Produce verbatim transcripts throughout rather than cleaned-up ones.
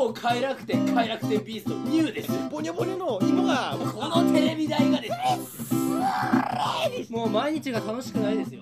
超快楽天快楽天ビーストニューです。 ボニョボニョの芋がこのテレビ台がですね、もう毎日が楽しくないですよ。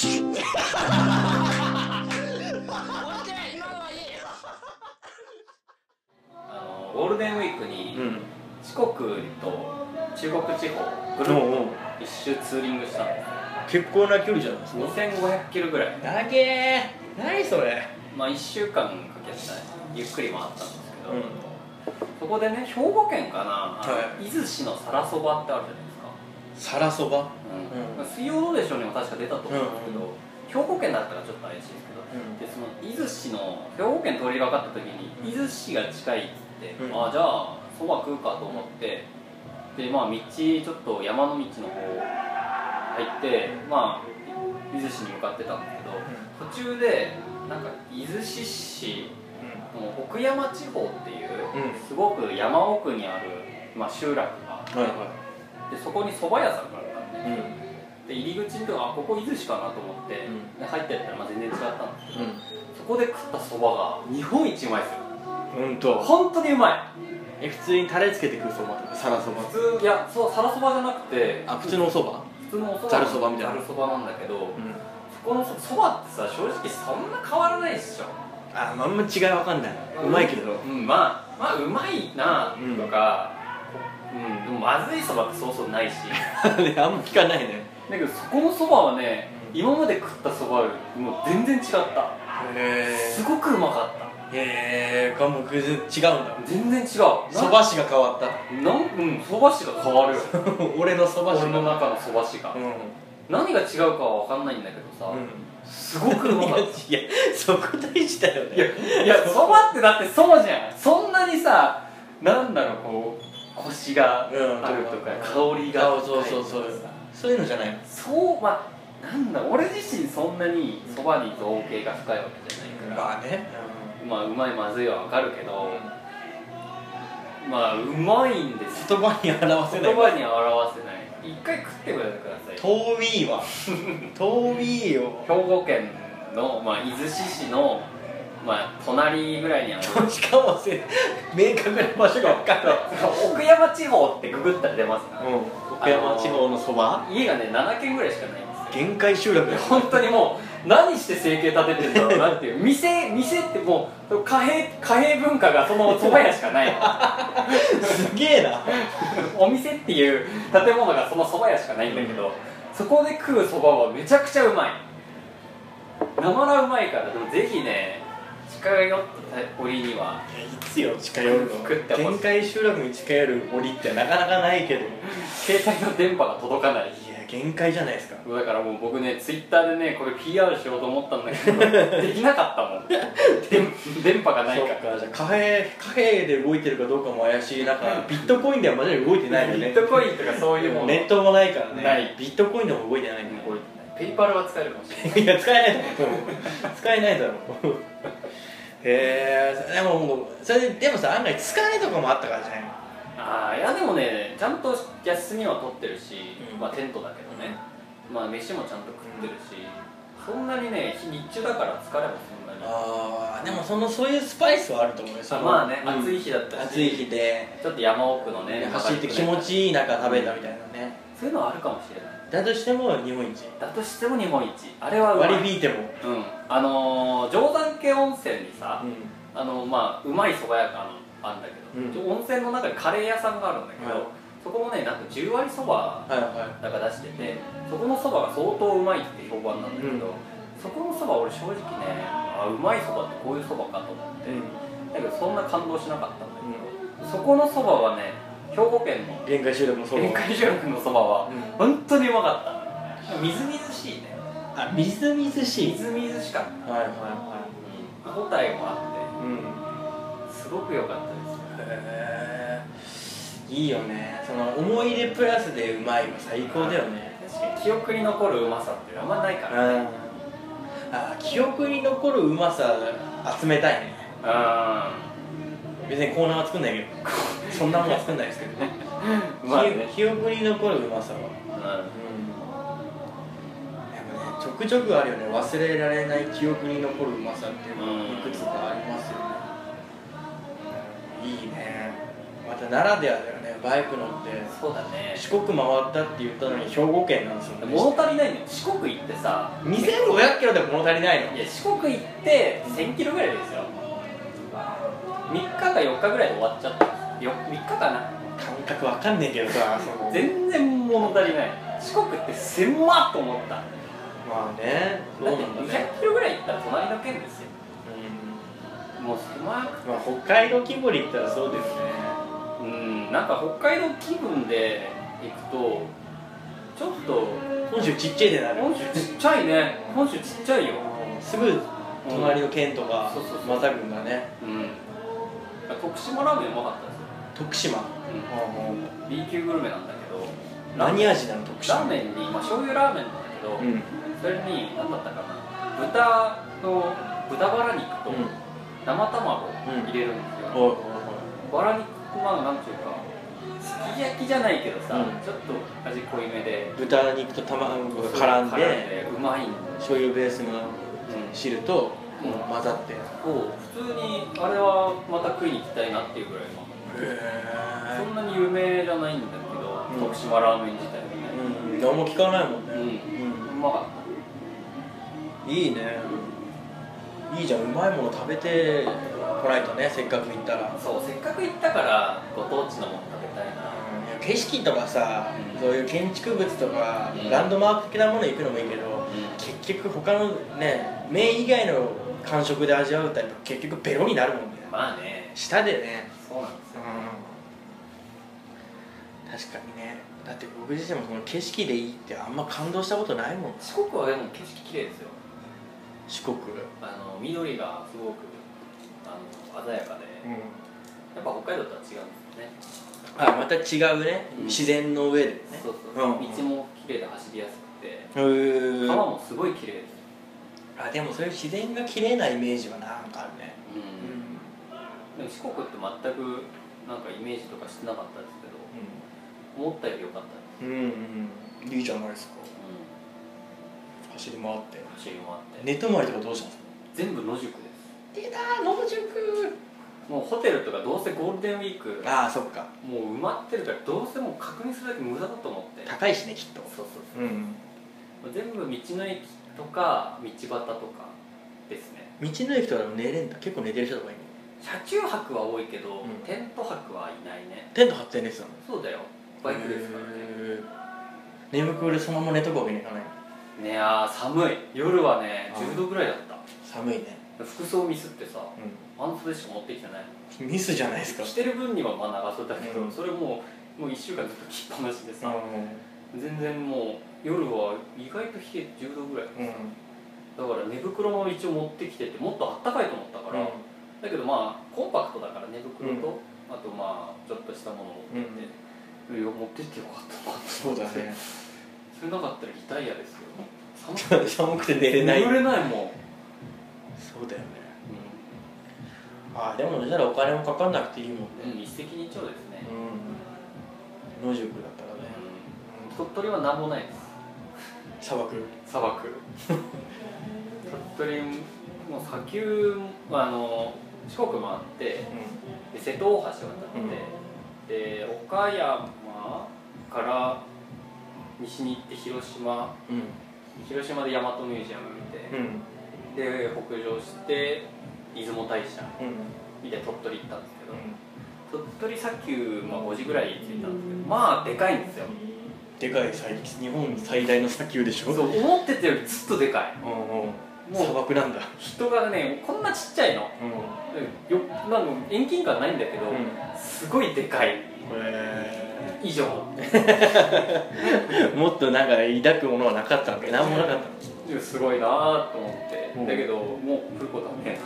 あのゴールデンウィークに四国と中国地方ぐるっと一周ツーリングしたんです。 結構な距離じゃないですか。 にせんごひゃくキロぐらい。 だけー何それ。 まあいっしゅうかんかけてゆっくり回ったんですけど、 うん、 そこでね、兵庫県かな、 はい、 伊豆市のさらそばってあるじゃないですか。 さらそば、 うん、水曜どうでしょうにも確か出たと思うんですけど、うんうん、兵庫県だったらちょっと怪しいですけど、うん、でその伊豆市の兵庫県通りがかった時に伊豆市が近いっつって、うん、ああじゃあそば食うかと思って、でまあ道ちょっと山の道の方入って、まあ伊豆市に向かってたんだけど、うん、途中でなんか伊豆市市の奥山地方っていう、うん、すごく山奥にある、まあ、集落があって、はいはい、でそこに蕎麦屋さんがあったんで、うん、で入り口のとこあここ伊豆市かなと思って、うん、で入ってったらまあ全然違ったんですけど、うん、そこで食った蕎麦が日本一うまいですよ。 本当本当にうまい。 え普通にタレつけて食う蕎麦とかさらそば。 普通いやそうさらそばじゃなくて、 あ普通のお蕎麦、 普通のお蕎麦ざるそばみたいなざるそばなんだけど、うん、そこの蕎麦ってさ正直そんな変わらないっしょ。 ああんま違いわかんない。うまいけど、 うん、まあまあうまいなとか、うん、うん、でもまずいそばってそうそうないしあんま聞かないね。 だけどそこのそばはね、うん、今まで食ったそばよりもう全然違った。へえすごくうまかった。 へえもう全然違うんだ。 全然違う。 そば師が変わった。 なんうんそば師が変わるよ俺のそば師俺の中のそば師が、うん、何が違うかは分かんないんだけどさ、うん、すごくうまかった。 いやそこ大事だよね。 いやそばってだってそうじゃん。そんなにさなんだろうこうコシがあるとか、うん、香りがそうそうそうそうそういうのじゃないの。 そうまあなんだ俺自身そんなにそばに造形が深いわけじゃないから、 まあね、 うん、まあうまいまずいは分かるけど、まあうまいんです言葉に表せない。 言葉に表せない。一回食ってください。 遠いわ遠いよ。 兵庫県の、まあ、伊豆市市の、まあ、隣ぐらいにあるしかもせ明確な場所が分かんない。 奥山地方ってググったら出ますから、うん、 奥山地方のそば家がねななけんぐらいしかないんですよ。 限界集落。 本当にもう何して生計立ててんだろうなっていう店店ってもう貨幣貨幣文化がその蕎麦屋しかないのすげえなお店っていう建物がその蕎麦屋しかないんだけど、うん、そこで食う蕎麦はめちゃくちゃうまい。生らうまいから。でもぜひね近寄った折にはいつよ近寄るの。限界集落に近寄る折ってなかなかないけど携帯の電波が届かない。 いや限界じゃないですか。 だからもう僕ねツイッターでねこれ ピーアール しようと思ったんだけどできなかったもん電波がないから。 そうかじゃあ貨幣貨幣で動いてるかどうかも怪しい中ビットコインではまだ動いてないよね。 ビットコインとかそういうものネットもないからね。 ないビットコインでも動いてないんだよ。 ペイパルは使えるかもしれない。 いや使えないだろ使えないだろへえでももうそれででもさ案外疲れとかもあったからじゃないの。 ああいやでもねちゃんと休みは取ってるし、うん、まあテントだけどね、うん、まあ飯もちゃんと食ってるし、うん、そんなにね日中だから疲れもそんなに。 ああでもそのそういうスパイスはあると思うよ。そのまあね、 うん、 暑い日だったし暑い日でちょっと山奥のね走って気持ちいい中食べたみたいなね、 うん、そういうのはあるかもしれない。 だとしても日本一だとしても日本一あれはうまい。 割り引いてもうんあのー、定山渓温泉にさ、うん、あのまあうまい蕎麦屋があるんだけど、うん、温泉の中にカレー屋さんがあるんだけど、はい、そこもねなんかじゅう割そばだか出してて、はいはい、そこのそばが相当うまいって評判なんだけど、うん、そこのそば俺正直ねあうまいそばってこういうそばかと思って、うん、だけどそんな感動しなかったんだけど、うん、そこのそばはね兵庫県の限界集落のそば限界集落のそばは、うん、本当にうまかった。みずみずしいね。 あみずみずしいみずみずしかった。はいはいはい、歯応えもあって、うん、すごく良かったです。 へえいいよね。その思い出プラスでうまいは最高だよね。 確かに記憶に残るうまさってあんまないからね。 あ記憶に残るうまさ集めたいね。あ別にコーナーは作んないけどそんなものは作んないですけどねまあね記憶に残るうまさは、うん、でもねちょくちょくあるよね忘れられない記憶に残るうまさっていうのがいくつかありますよね。 奈良ではだよね、バイク乗ってそうだね、 四国回ったって言ったのに兵庫県なんですよね。 物足りないのよ。四国行ってさにせんごひゃくキロでも物足りないの。 いや四国行ってせんキロぐらいですよ。みっかかよっかぐらいで終わっちゃったんですよ。みっかかな、 感覚わかんねえけどさ全然物足りない。四国って狭っと思った。 まあね、 だってにひゃくキロぐらい行ったら隣の県ですよ。 うん、 もう狭くて、 まあ北海道規模で言ったらそうだよね。 うん、なんか北海道気分で行くとちょっと本州ちっちゃいでなる。 本州ちっちゃいね。本州ちっちゃいよ。 すぐ隣の県とかそうそうそうまたぐんだね。 うん、徳島ラーメンうまかったですよ。 徳島、 うん、B 級グルメなんだけど、 何味なの徳島？ ラーメンに、まあ、醤油ラーメンなんだけど、 うん、 それに何だったかな、豚の豚バラ肉と生卵を入れるんですよ。 うん、おいおいバラ肉、まあなんていうかすき焼きじゃないけどさ、 うん、 ちょっと味濃いめで豚肉と卵が絡んでうまいん醤油ベースの汁とうん混ざって、 そう普通にあれはまた食いに行きたいなっていうぐらいの、 へそんなに有名じゃないんだけど、 うん、 徳島ラーメン自体はね、 うん、何も聞かないもんね。 うん、うまかっいいね、いいじゃん、うまいもの食べてこないとね、せっかく行ったら。 た。そう、せっかく行ったからご当地のもの食べたいな。 いや景色とかさ、 うん、 そういう建築物とか、 うん、 ランドマーク的なもの行くのもいいけど、 うん、 結局他のね、麺以外の感触で味わうとやっぱ結局ベロになるもんね。 まあね、 舌でね。 そうなんですよ、 うん、確かにね。だって僕自身もその景色でいいってあんま感動したことないもん。 四国はでも景色綺麗ですよ。 四国、 あの緑がすごくあの鮮やかで、 うん、 やっぱ北海道とは違うんですよね。 あ、また違うね、 うん、 自然の上でね。 そうそう、 うん、 道も綺麗で走りやすくて、 へー、 川もすごい綺麗です。 あ、でもそういう自然が綺麗なイメージはなんかあるね。 うん、でも四国って全くなんかイメージとかしてなかったですけど、思ったより良かったです。 うんうんうん、いいじゃないですか。 うん、 走り回って走り回って寝泊まりとかどうしたんですか？ 全部野宿です。 出た野宿。 もうホテルとかどうせゴールデンウィークああ、そっか、 もう埋まってるから、どうせもう確認するだけ無駄だと思って。 高いしね、きっと。 そうそうそう、 うん、 全部道の駅とか道端とかですね。 道の駅とかでも寝れんだ。結構寝てる人とかいるの？ 車中泊は多いけど、 うん、 テント泊はいないね。 テント張って寝てたの？ そうだよ、バイクですからね。 眠くでそのまま寝とくわけにいかないの？ ねえ、あー寒い。夜はねじゅうどぐらいだった。 寒いね。 服装ミスってさ、 う半袖しか持ってきてない。 ん、ミスじゃないですか。 着てる分にはまあ長袖だけど、 うん、 それもうもういっしゅうかんずっと着っぱなしでさ、 う全然もう夜は意外と冷えてじゅうどぐらい、 ん、うん、 だから寝袋も一応持ってきてて、もっとあったかいと思ったから、 うん、 だけどまあコンパクトだから寝袋と、 うん、 あとまあちょっとしたものを持ってって、うん、いや持ってってよかったなって。 そうだね。 それなかったらリタイアですよ。 寒くて寒くて寝れない。 眠れないもん。 そうだよね。ああ、でもじゃあお金もかかんなくていいもんね。 うん、一石二鳥ですね。 うん、野宿だったらね。 うん、鳥取はなんもないです。 砂漠。 砂漠。鳥取もう砂丘、あの四国もあって、で瀬戸大橋渡って、うん、で岡山から西に行って広島、うん、広島で大和ミュージアム見て、うん、で北上して出雲大社見て鳥取行ったんですけど、うん、鳥取砂丘、まあ、ごじぐらい着いたんですけど、まあでかいんですよ。でかい、 日本最大の砂丘でしょ。 そう、思ってたよりずっとでかい。 うんうん、もう砂漠なんだ。 人がねこんなちっちゃいの、うん、よなんか遠近感ないんだけど、うん、すごいでかい。へー、以上。 もっとなんか抱くものはなかったんだけど、何もなかったの。 すごいなと思って、うん、だけどもう来ることはね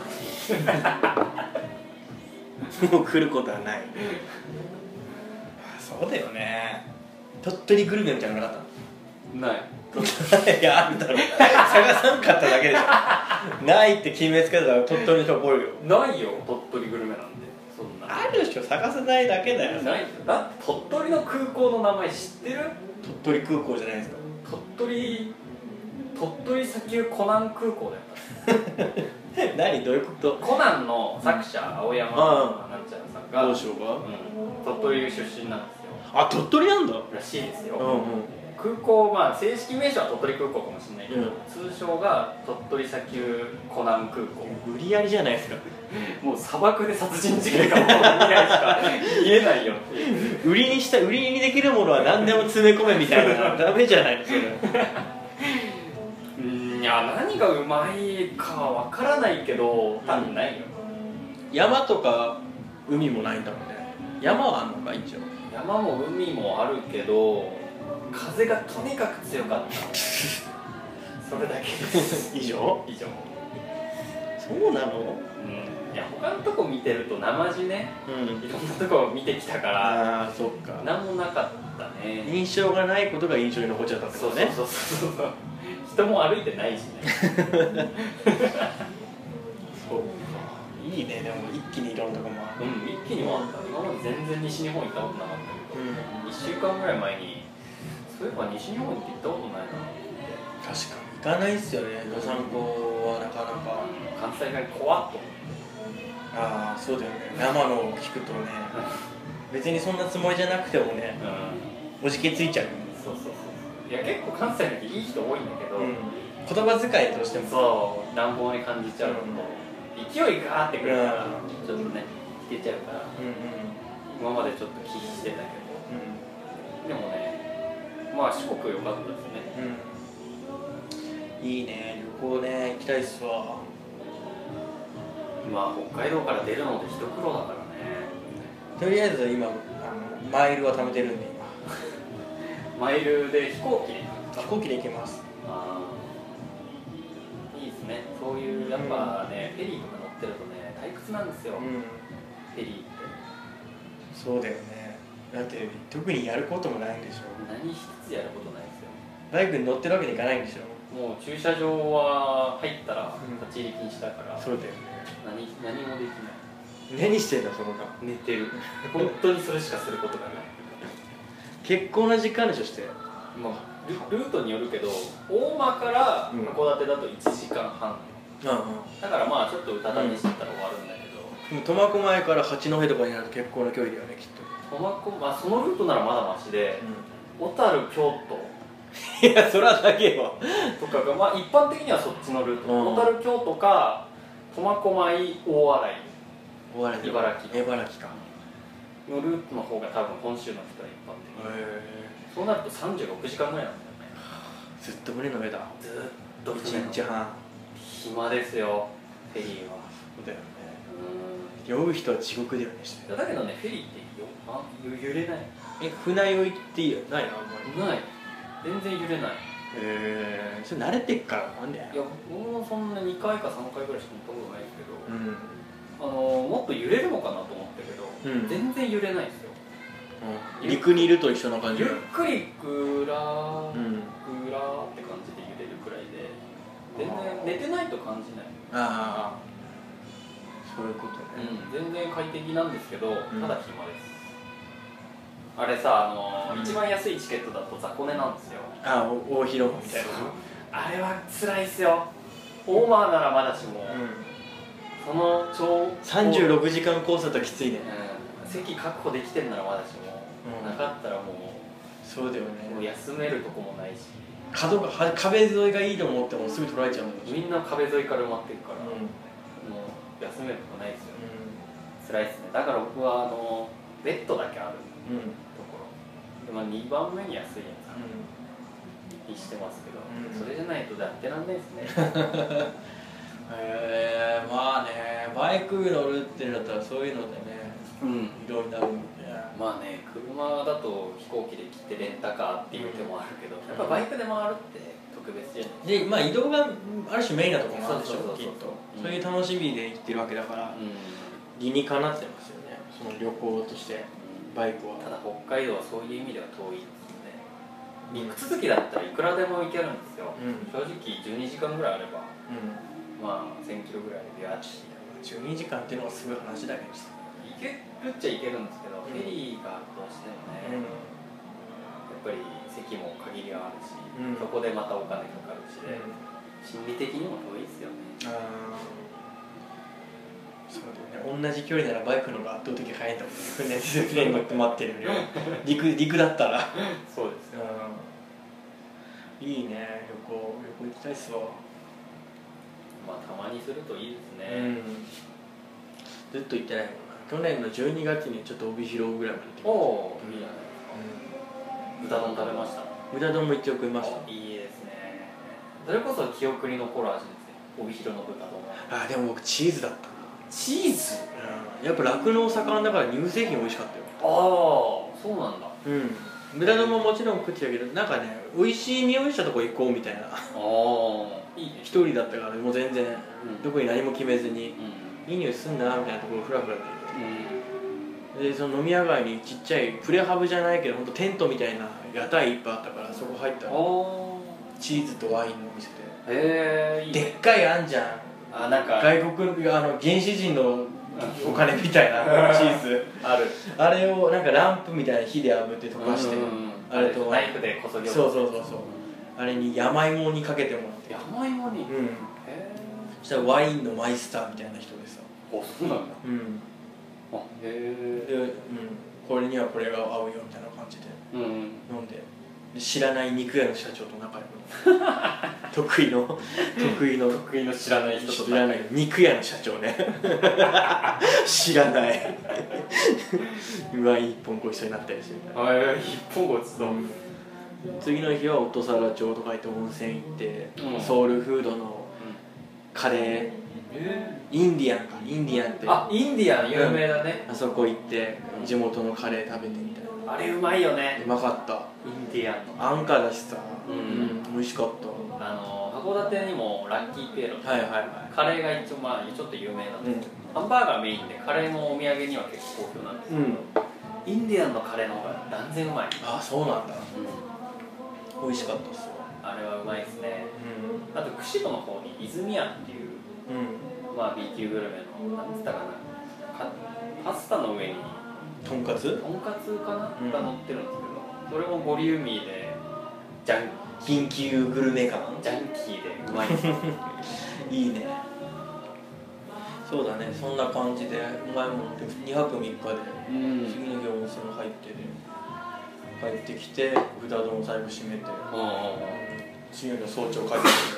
もう来ることはない。そうだよね。鳥取グルメみたいなのなかったの？ ない。 いや、あるだろう。探さんかっただけでしょ。ないって決めつけたら鳥取の人覚えるよ。 ないよ、鳥取グルメなんで。そんなあるでしょ、探せないだけだよ。 ない。だって鳥取の空港の名前知ってる？ 鳥取空港じゃないですか。 鳥取鳥取砂丘湖南空港だよ。 何どういうこと？ コナンの作者、うん、青山なんちゃらさんがどうしようか、 うん、鳥取出身なんですよ。 あ、鳥取なんだらしいですよ、 うんうん、 空港、まあ正式名称は鳥取空港かもしれないけど、 うん、 通称が鳥取砂丘コナン空港。 無理やりじゃないですかもう砂漠で殺人事件がもう未来しか言えないよっていう売りにした売りにできるものは何でも詰め込めみたいなダメじゃないのそれうん、いや何がうまいかわからないけど多分ないよ、 うん、山とか海もないんだもんね。山はあんのか一応。 山も海もあるけど風がとにかく強かったそれだけです以上以上。 そうなの？ うん、いや他のとこ見てると生地ね、うん、いろんなとこ見てきたからあーそっか何もなかったね。 印象がないことが印象に残っちゃったってことね。 そうそうそうそう人も歩いてないしねそうか、 いいね。でも一気にいろんなとこもある。 うん、一気にもあった。今まで全然西日本行ったことなかったけど、うん、いっしゅうかんぐらい前にそういえば西日本って行ったことないなって。 確かに行かないっすよね、どさんこはなかなか、 うん、関西側に怖っと思って。 ああそうだよね、生のを聞くとね別にそんなつもりじゃなくてもね、うん、おじけついちゃう。 そうそうそう。いや結構関西の時いい人多いんだけど、うん、 言葉遣いとしてもそう乱暴に感じちゃうのと、うん、勢いガーってくるから、うん、ちょっとね引けちゃうから、うんうん、今までちょっと気にしてたけど、うん、でもねまあ四国良かったですね、 うん、いいね。旅行ね行きたいっすわ。 まあ北海道から出るので一苦労だからね。 とりあえず今あのマイルは貯めてるんで今マイルで飛行機で飛行機で行けます。 ああいいですね。そういうやっぱね、うん、フェリーとか乗ってるとね退屈なんですよ、うん、フェリーって。そうだよね。 だって特にやることもないんでしょ。 何一つやることないですよ。 バイクに乗ってるわけにいかないんでしょ。 もう駐車場は入ったら立ち入り禁止だから、 うん、そうだよね。 何, 何もできない。 何してんだその間。 寝てる本当にそれしかすることがない結構な時間でしょして、 まあ、ル, ルートによるけど大間から函館だといちじかんはん、うんうん、だからまあちょっとうたた寝してたら終わるんだけど、 苫小牧から八戸とかになると結構な距離だよねきっと。 苫小牧、まあ、そのルートならまだマシで、うん、小樽京都いやそれはだけよとかが、まあ、一般的にはそっちのルート、うん、小樽京都か苫小牧大洗大洗茨城茨城かのルートの方が多分本州の人は一般的。へそうなるとさんじゅうろくじかんぐらいなんだよね。 ずっと船の上だ。ずっと船の上。いちにちはん暇ですよフェリーは。 そうだよね。うん酔う人は地獄だよね。 だけどねフェリーってよあ揺れない。 え船酔いっていいないなあんまり。 ない全然揺れない。へえそれ慣れてっからなんだよ。 いや僕もそんなにかいかさんかいぐらいしか乗ったことないですけど、うんあのもっと揺れるのかなと思ったけど、うん、全然揺れないですよ、 うん、陸にいると一緒な感じ。 ゆっくりグラー、うん、グラーって感じで揺れるくらいで全然寝てないと感じない。ああそういうことね、 うん、全然快適なんですけど、ただ暇です、うん、あれさ、あのーうん、一番安いチケットだと雑魚寝なんですよ。 ああ大広間みたいなあれは辛いっすよ。オーバーならまだしも、うんその超さんじゅうろくじかんコースだときついね、 うん、席確保できてるならまだしも、うん、なかったらもうそうだよね。 もう休めるとこもないし角が壁沿いがいいと思ってもすぐ取られちゃうもん。 みんな壁沿いから埋まってるから、うん、もう休めるとこないですよ、うん、辛いですね。だから僕はあのベッドだけあるところ、うん、で、まあ、にばんめに安いやつ、うん、にしてますけど、うん、それじゃないとやってらんないですねへえー、まあねバイク乗るってなったらそういうのでね、うん、移動になるもんね。 まあね車だと飛行機で来てレンタカーっていう手もあるけど、うん、やっぱバイクで回るって特別じゃないで、まあ移動がある種メインなところもあるでしょきっと、うん、そういう楽しみで生きてるわけだから、うん、理にかなってますよねその旅行としてバイクは。ただ北海道はそういう意味では遠いですね。陸続きだったらいくらでも行けるんですよ、うん、正直じゅうにじかんぐらいあれば、うんまあせんキロぐらいでビャーッチじゅうにじかんっていうのはすごい話だけどさ行けるっちゃ行けるんですけど、うん、フェリーがどうしてもね、うん、やっぱり席も限りがあるし、うん、そこでまたお金かかるしで、うん、心理的にも遠いですよね。あそうだよね、同じ距離ならバイクの方が圧倒的に速いんだもんね、船で船に乗って待ってるよりは陸陸だったらそうです、 うん、いいね、旅行旅行行きたいっすわ。 まあたまにするといいですね、 うん、ずっと行ってないもんな。去年のじゅうにがつにちょっと帯広ぐらいまで行っておお、いいじゃないですか、うん、豚丼食べました。 豚丼も一応食いました。 いいですね。それこそ記憶に残る味ですね、帯広の豚丼は。 あ、でも僕チーズだったな。 チーズ、 うん、やっぱ酪農盛んだから乳製品美味しかったよ。 ああ、そうなんだ。 うん、豚丼ももちろん食ってたけど、なんかね、美味しい匂いしたとこ行こうみたいな。ああ、いいね。 一人だったからもう全然、うん、どこに何も決めずに、うん、いい匂いすんなみたいなところフラフラって言って、うん、でその飲み屋街にちっちゃいプレハブじゃないけど本当テントみたいな屋台いっぱいあったから、そこ入ったらチーズとワインのお店で、 へえ、いいね。 でっかいあんじゃん、 あ、なんか外国あの原始人のお金みたいなチーズある、 あれをなんかランプみたいな火で炙って溶かして、うんうんうん、あれとナイフでこそぎ落とそうそうそうそう、あれに山芋にかけてもらって、 山芋に、うん、へえ、そしたらワインのマイスターみたいな人でさ、 お、そうなんだ、うん、あ、へえ、で、うん、 これにはこれが合うよみたいな感じで、うんうん、飲んで、で知らない肉屋の社長と仲良く得意の得意の得意の知らない人と知らない肉屋の社長ね知らないワイン一本ご一緒になったりしてみたいな。 あ、一本ごちそう、うん、 次の日は音更町とか行って温泉行って、うん、ソウルフードのカレー、えー、インディアンか、インディアンって、 あ、インディアン有名だね、 うん、あそこ行って地元のカレー食べてみたいな。 あれうまいよね、 うまかった。 インディアンの安価だしさ、うん、うん、美味しかった。 あの函館にもラッキーペーロ、 はいはいはい、 カレーが一応、まあ、ちょっと有名なんですけど、うん、ハンバーガーメインでカレーのお土産には結構好評なんですけど、うん、インディアンのカレーの方が断然うまい。 ああ、そうなんだ、うん、美味しかったっすよ、 あれはうまいですね、うん、あと釧路の方に泉屋っていう、うん、まあ B 級グルメの、なんつったかな、かパスタの上にとんかつとんかつかな、うん、が乗ってるんですけど、それもボリューミーでジャン緊急グルメ感、 ジャンキーでうまいいいね。そうだね、そんな感じで前もにはくみっかで、うん、次の日温泉入ってで帰ってきて豚丼を最後締めて、うん、次の日の早朝帰ってきて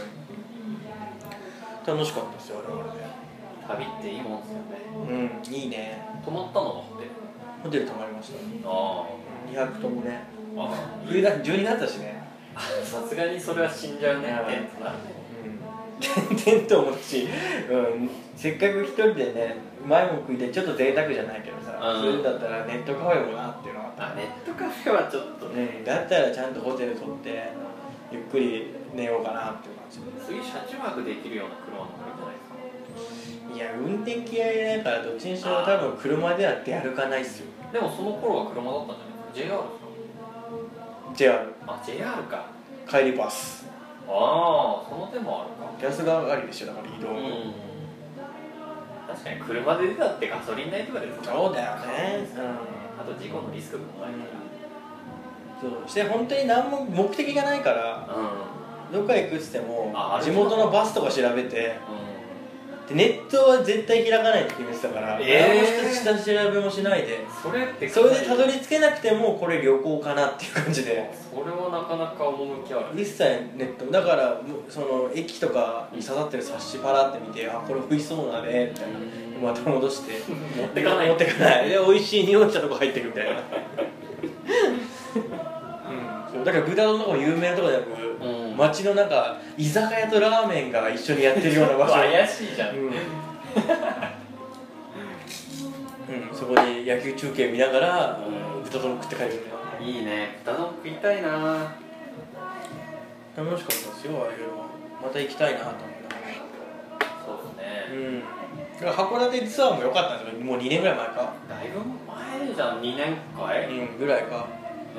楽しかったですよ、我々で。 旅っていいもんですよね。うん、いいね。 泊まったのはホテルホテル泊まりました。 ああ、にはくともね。ああ、冬だ、じゅうにがつだしね。 さすがにそれは死んじゃうね、テントな、 うん、テントもし、うん、せっかく一人でね、前も食いてちょっと贅沢じゃないけどさ、うん、そういうんだったらネットカフェもなっていうのがあった。 あ、ネットカフェはちょっとね、 うん、だったらちゃんとホテル取ってゆっくり寝ようかなっていう感じ。 次車中泊できるような車の方がいいんじゃないですか。 いや、運転嫌いないからどっちにしろ多分車では出歩かないっすよ。 でもその頃は車だったんじゃないですか。 ジェイアール ですか。 ジェイアール。 あ、ジェイアール か。 帰りバス。 ああ、その手もあるか。 ギャスがありでしょ、だから移動も、うん、 確かに車で出たってガソリン代とかですから。 そうだよね、うん、 あと事故のリスクもないから、 うん、そうして本当に何も目的がないから、うん、どっか行くっつっても地元のバスとか調べて、うん、でネットは絶対開かないって決めてたから、えー、何も下調べもしないで、 それってそれでたどり着けなくてもこれ旅行かなっていう感じで、 それはなかなか趣ある。 一切ネットだからその駅とかに刺さってる冊子パラって見て、あ、これ美味しそうだねみたいな、また戻して持ってかない持ってかないで美味しい匂いしたとこ入ってくみたいなうん、だから豚丼とかも有名なとこじゃなく、うん、街のなんか居酒屋とラーメンが一緒にやってるような場所怪しいじゃん、うんうん、 そこで野球中継見ながら、うん、豚丼食って帰るみたいな。 いいね、豚丼食いたいな。 楽しかったですよ、ああいうの。また行きたいなと思いながら。 そうですね、 うん、だから函館ツアーも良かったんですよ、もうにねんぐらい前か。 だいぶ前じゃん、にねんかい、 うん、ぐらいか、うん、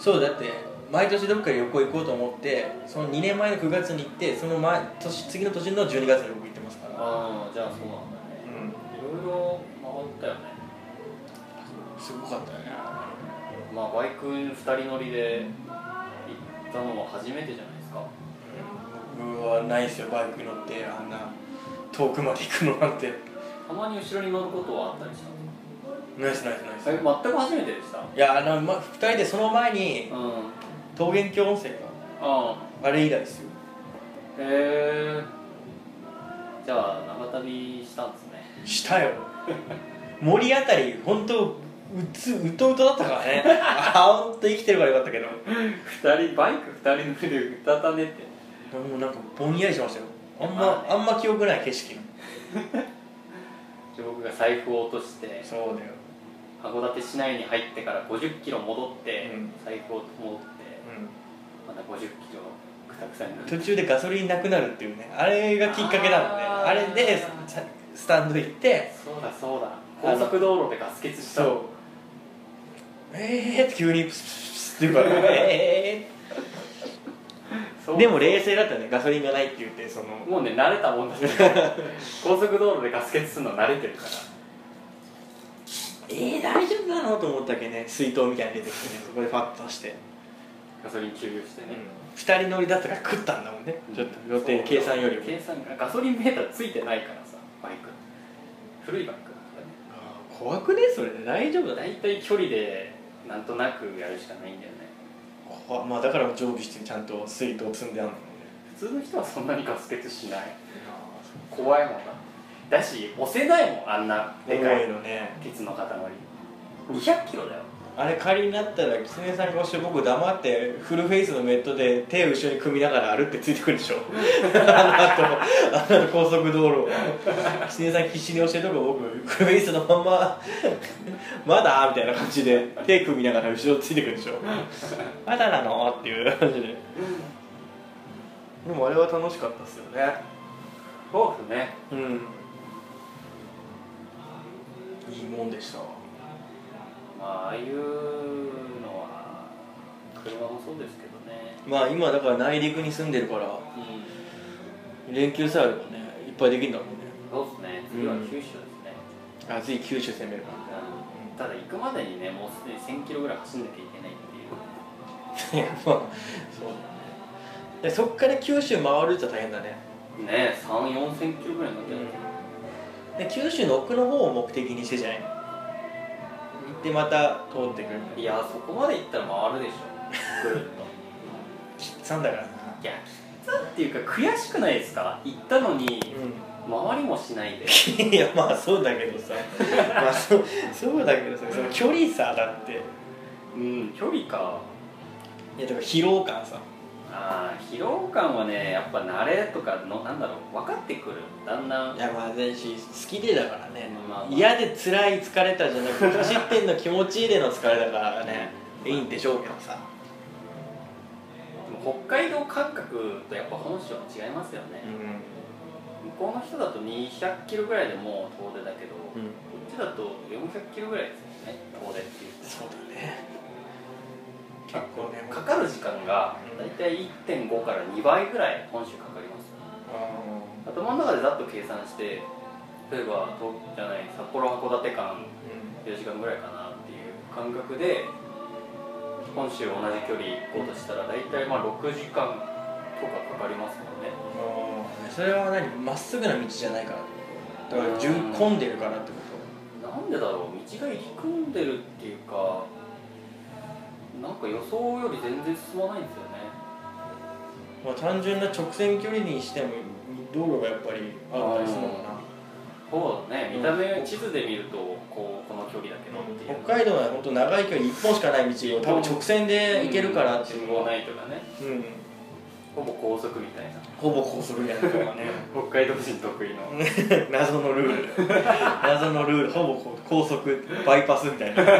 そうだって毎年どっか旅行行こうと思ってそのにねんまえのくがつに行って、その前年次の年のじゅうにがつに僕行ってますから。 ああ、じゃあそうなんだね、うん、いろいろ回ったよね。 すごかったよね。 まあバイクふたり乗りで行ったのは初めてじゃないですか。 僕はないですよ、バイク乗ってあんな遠くまで行くのなんて。 たまに後ろに乗ることはあったりしたんですか？ ナイスナイスナイス。 え、全く初めてでした？ いや、あの、ま、ふたりでその前にうん。 桃源郷温泉がああれ以来ですよ。 あ。へえ。じゃあ長旅したんですね。 したよ。森あたり本当うつうとうとだったからね。あーんと生きてるからよかったけど。 二人バイク二人乗りでうたたねって。 もうなんかぼんやりしましたよ。あんまあんま記憶ない景色。 僕が財布を落として。 そうだよ。 函館市内に入ってからごじゅっキロ戻って、うん、財布を戻って、うん、またごじゅっキロくたくさになって途中でガソリンなくなるっていうね、あれがきっかけなのね。あれでスタンド行って、 そうだそうだ、高速道路でガス欠した。そう、 えーって急にプスプスって言うからえーでも冷静だったよね。ガソリンがないって言って、そのもうね慣れたもんだ高速道路でガス欠するの慣れてるから、 えー、大丈夫なのと思ったっけね。水筒みたいに出てきてね、そこでファッとしてガソリン給油してね、 うん、ふたり乗りだったから食ったんだもんね、うん、ちょっと予定計算よりも計算がガソリンメーターついてないからさ、バイク古いバイクだからね。 ああ怖くねそれで。大丈夫だ。 大体距離でなんとなくやるしかないんだよね。 怖まあだから常備してちゃんと水筒積んであるのね。 普通の人はそんなにガス欠しない。怖いもんだだし押せないもん、あんなでかいのね、鉄の塊にひゃっキロだよ。あれ仮になったらキツネさんが押して僕黙ってフルフェイスのメットで手を後ろに組みながら歩ってついてくるでしょあの後あの高速道路をキツネさん必死に押してるとこ僕フルフェイスのまんままだみたいな感じで手組みながら後ろついてくるでしょまだなのっていう感じで。でもあれは楽しかったですよね。 そうですね。 うん、いいもんでしたわ。 まあああいうのは車もそうですけどね。 まあ今だから内陸に住んでるから、うん、連休さえあればねいっぱいできるんだもんね。 そうですね。次は九州ですね、 うん、あ、次九州攻めるから、 うん、ただ行くまでにねもうすでにせんキロぐらい走んなきゃいけないっていう。 いやまあそうだね。でそっから九州回るって大変だね。 ねえ、さん、よんせんキロぐらいになってる、 うん、で九州の奥の方を目的にしてじゃないの。行ってまた通ってくる。 いやそこまで行ったら回るでしょぐるっときっつんだからな。 いやきっつんっていうか悔しくないですか。行ったのに、うん、回りもしないで。 いやまあそうだけどさまあそそうだけどさ、その距離さだってうん距離か。 いやだから疲労感さ。 ああ疲労感はねやっぱ慣れとかのなんだろう分かってくるだんだん。 いやまあ私好きでだからね、まあまあ、嫌で辛い疲れたじゃなくて走ってんの気持ちいいでの疲れだからねいいんでしょうけどさ。 でも北海道感覚とやっぱ本州は違いますよね、うん、向こうの人だとにひゃっキロぐらいでもう遠出だけど、うん、こっちだとよんひゃっキロぐらいですよね遠出っていう。そうだね。結構ねかかる時間がだいたい いってんご からにばいぐらい本州かかります。頭の中でざっと計算して例えば東じゃない札幌函館間よじかんぐらいかなっていう感覚で本州同じ距離行こうとしたらだいたいまあろくじかんとかかかりますもんね。それは何まっすぐな道じゃないからだから混んでるからってこと。なんでだろう道が入り組んでるっていうかなんか予想より全然進まないんですよね。まあ単純な直線距離にしても道路がやっぱりあったりするのかな。そうだね、見た目地図で見るとこうこの距離だけどっていう。北海道は本当長い距離いっぽんしかない道を多分直線で行けるからっていうのは、うん、信号ないとかね、うん、ほぼ高速みたいなほぼ高速みたいなとかね北海道人得意の謎のルール謎のルールほぼ高速バイパスみたいな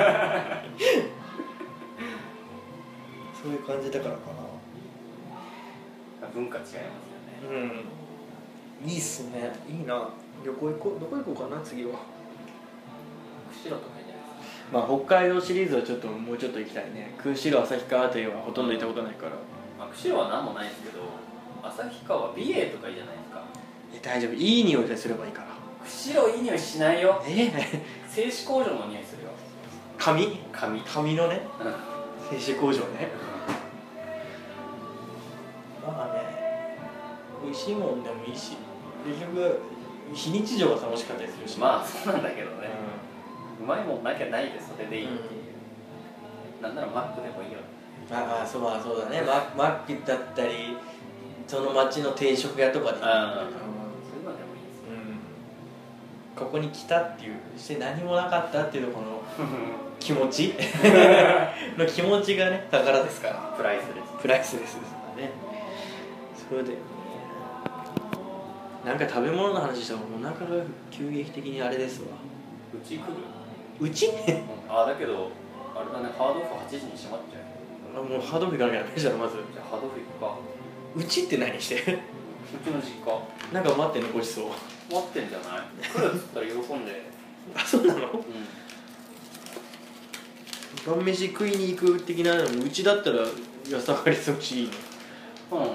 そういう感じだからかな。文化違いますよね。うん。いいっすね。いいな。旅行行こう。どこ行こうかな次は。釧路とかいいじゃないですか。まあ北海道シリーズはちょっともうちょっと行きたいね。釧路旭川あたりはほとんど行ったことないから。まあ釧路は何もないですけど、旭川美瑛とかいいじゃないですか。え大丈夫。いい匂いさすればいいから。釧路いい匂いしないよ。え製紙工場の匂いするよ。紙？紙。紙のね。製紙工場ね。まあね、美味しいもんでもいいし、結局非日常が楽しかったりするし、 まあそうなんだけどね、うまいもんなきゃないでそれでいいっていう、うん、なんならマックでもいいよ。 ああそうはそうだね、マ, マックだったりその町の定食屋とかでいい、うん、そういうのでもいいですよ、 うん、ここに来たっていうして何もなかったっていうとこの気持ちの気持ちがね宝ですから、 プライスレスプライスレスですからね。そうだよね。なんか食べ物の話したらお腹が急激的にあれですわ。 うち来る？ うち？ あだけどあれだね、ハードオフはちじに閉まっちゃう。 あもうハードオフ行かなきゃダメじゃんまず。 じゃあハードオフ行くか。 うちって何して？うちの実家。 なんか待ってんのごちそう。 待ってんじゃない？来るっつったら喜んで。 あそうなの？うん。晩飯食いに行く的なのもうちだったら安上がりするしいいの。うん。うん。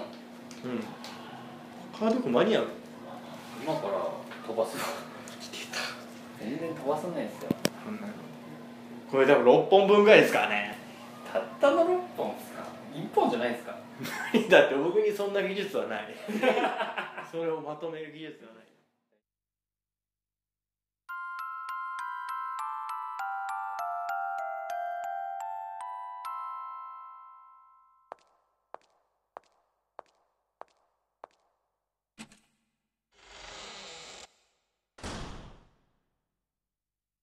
ハードオフ間に合う？ 今から飛ばすわ。来てた。全然飛ばさないですよ。 これ多分ろっぽんぶんぐらいですからね。 たったのろっぽんですか？いっぽんじゃないですか？ だって僕にそんな技術はない。それをまとめる技術はない。